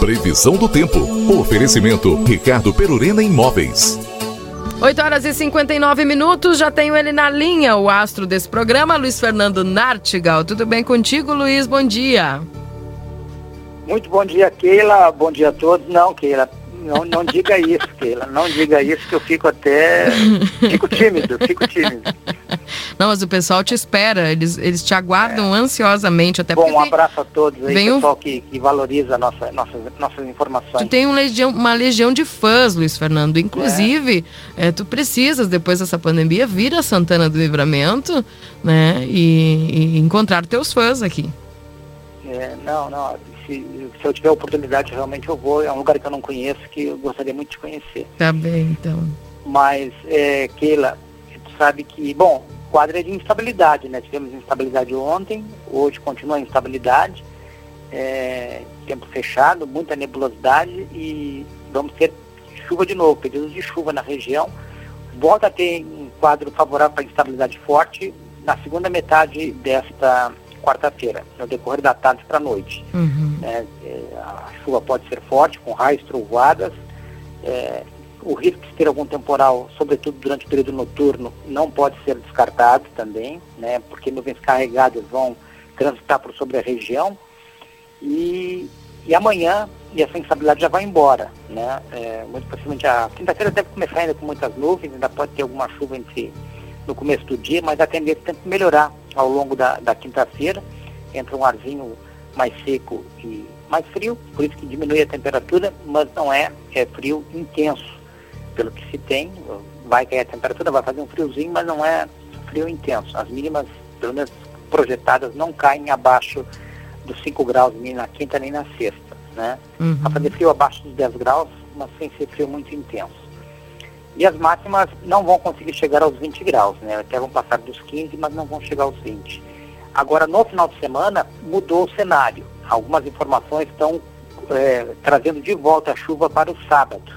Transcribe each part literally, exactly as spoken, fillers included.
Previsão do tempo. Oferecimento Ricardo Perurena Imóveis. oito horas e cinquenta e nove minutos, já tenho ele na linha, o astro desse programa, Luiz Fernando Nartigal. Tudo bem contigo, Luiz? Bom dia. Muito bom dia, Keila. Bom dia a todos. Não, Keila, não, não diga isso, Keila. Não diga isso que eu fico até... Fico tímido, fico tímido. Não, mas o pessoal te espera, eles, eles te aguardam é. ansiosamente. Até Bom, um tem... abraço a todos aí, Vem pessoal um... que, que valoriza a nossa, nossas, nossas informações. Tu tem um legião, uma legião de fãs, Luiz Fernando. Inclusive, é. É, tu precisas, depois dessa pandemia, vir a Santana do Livramento, né, e, e encontrar teus fãs aqui. É, não, não... Se, se eu tiver oportunidade, realmente eu vou. É um lugar que eu não conheço, que eu gostaria muito de conhecer. Tá bem, então. Mas, é, Keila, tu sabe que, bom, quadro é de instabilidade, né? Tivemos instabilidade ontem, hoje continua a instabilidade, é, tempo fechado, muita nebulosidade e vamos ter chuva de novo, períodos de chuva na região. Volta a ter um quadro favorável para instabilidade forte na segunda metade desta quarta-feira, no decorrer da tarde para a noite. Uhum. É, é, a chuva pode ser forte, com raios, trovoadas. É, o risco de ter algum temporal, sobretudo durante o período noturno, não pode ser descartado também, né, porque nuvens carregadas vão transitar por sobre a região. E, e amanhã, e essa instabilidade já vai embora. Né, é, muito possivelmente a quinta-feira deve começar ainda com muitas nuvens, ainda pode ter alguma chuva entre, no começo do dia, mas a tendência tem que melhorar ao longo da, da quinta-feira, entra um arzinho mais seco e mais frio, por isso que diminui a temperatura, mas não é, é frio intenso, pelo que se tem, vai cair a temperatura, vai fazer um friozinho, mas não é frio intenso. As mínimas, pelo menos projetadas, não caem abaixo dos cinco graus, nem na quinta nem na sexta, né? Uhum. Vai fazer frio abaixo dos dez graus, mas sem ser frio muito intenso. E as máximas não vão conseguir chegar aos vinte graus, né? Até vão passar dos quinze, mas não vão chegar aos vinte. Agora, no final de semana, mudou o cenário. Algumas informações estão é, trazendo de volta a chuva para o sábado,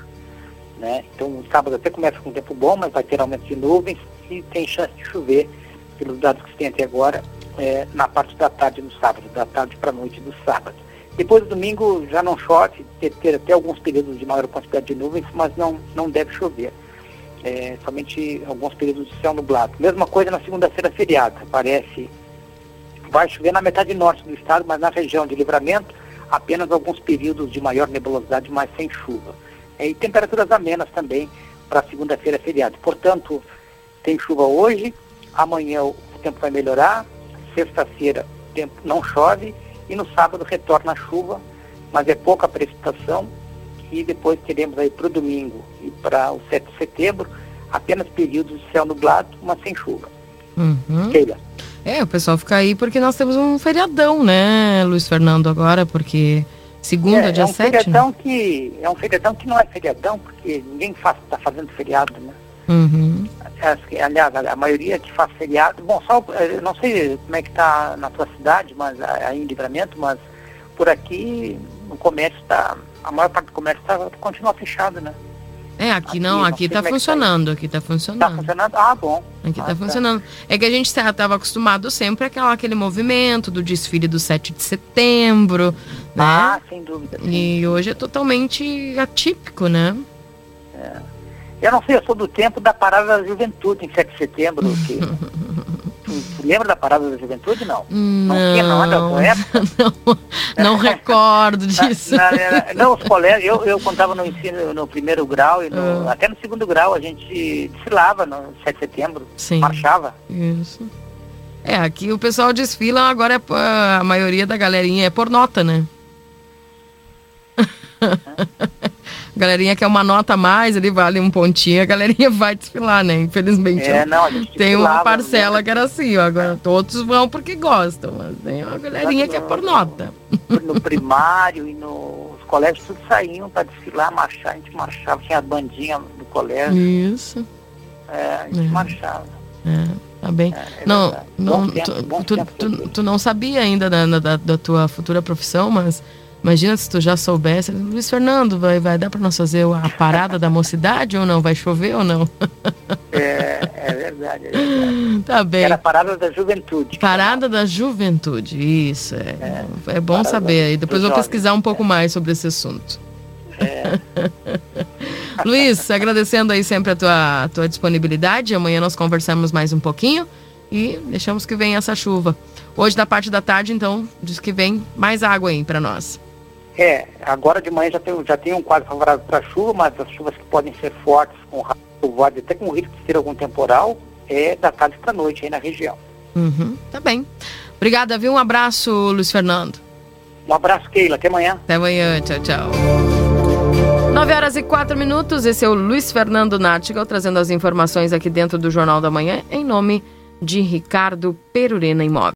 né? Então, o sábado até começa com um tempo bom, mas vai ter aumento de nuvens e tem chance de chover, pelos dados que se tem até agora, é, na parte da tarde no sábado, da tarde para a noite do sábado. Depois do domingo já não chove, ter, ter até alguns períodos de maior quantidade de nuvens, mas não, não deve chover. É, somente alguns períodos de céu nublado. Mesma coisa na segunda-feira feriado. Parece, vai chover na metade norte do estado, mas na região de Livramento, apenas alguns períodos de maior nebulosidade, mas sem chuva. É, e temperaturas amenas também para segunda-feira feriado. Portanto, tem chuva hoje, amanhã o tempo vai melhorar, sexta-feira o tempo não chove e no sábado retorna a chuva, mas é pouca precipitação. E depois teremos aí para o domingo e para o sete de setembro apenas períodos de céu nublado, mas sem chuva. Uhum. Keila. É, o pessoal fica aí porque nós temos um feriadão, né, Luiz Fernando, agora, porque segunda, é, dia é um sete... Feriadão que, é um feriadão que não é feriadão, porque ninguém está fazendo feriado, né? Uhum. Aliás, a, a maioria que faz feriado, bom, só, eu não sei como é que está na tua cidade, mas aí em Livramento, mas por aqui o comércio está... A maior parte do comércio tá, continua fechado, né? É, aqui, aqui não, aqui está funcionando, aqui está funcionando. Está funcionando? Ah, bom. Aqui está ah, funcionando. Tá. É que a gente estava acostumado sempre àquela, aquele movimento do desfile do sete de setembro, né? Ah, sem dúvida. Sim. E hoje é totalmente atípico, né? É. Eu não sei, eu sou do tempo da Parada da Juventude, em sete de setembro. Que... Tu lembra da Parada da Juventude, não? Não, não, tinha, não é da tua época? Não, não recordo disso. Na, na, não, os colégios, eu, eu contava no ensino no primeiro grau e no, uh. até no segundo grau a gente desfilava no sete de setembro, Sim, marchava. Isso. É, aqui o pessoal desfila, agora é, a maioria da galerinha é por nota, né? A galerinha quer uma nota a mais, ele vale um pontinho, a galerinha vai desfilar, né? Infelizmente. É, não, a gente tem uma parcela que era assim, ó, agora todos vão porque gostam, mas tem uma galerinha que é por nota. No primário e nos colégios tudo saíam para desfilar, marchar, a gente marchava, tinha a bandinha do colégio. Isso. É, a gente é. marchava. É, tá bem. É, é não, não, bom tempo, tu, bom tu, tempo tu, tu não sabia ainda da, da, da tua futura profissão, mas imagina se tu já soubesse. Luiz Fernando, vai, vai dar para nós fazer a parada da mocidade ou não? Vai chover ou não? É, é verdade, é verdade. Tá bem. Era a Parada da Juventude. Parada da Juventude, isso. É, é, é bom Parada saber aí. Depois vou jovens, pesquisar um pouco é. mais sobre esse assunto. É. Luiz, agradecendo aí sempre a tua, a tua disponibilidade. Amanhã nós conversamos mais um pouquinho e deixamos que venha essa chuva. Hoje, na parte da tarde, então, diz que vem mais água aí para nós. É, agora de manhã já tem, já tem um quadro favorável para chuva, mas as chuvas que podem ser fortes, com raio, até com risco de ter algum temporal, é da tarde para a noite aí na região. Uhum, tá bem. Obrigada, viu? Um abraço, Luiz Fernando. Um abraço, Keila. Até amanhã. Até amanhã. Tchau, tchau. nove horas e quatro minutos. Esse é o Luiz Fernando Nartigal trazendo as informações aqui dentro do Jornal da Manhã em nome de Ricardo Perurena Imóveis.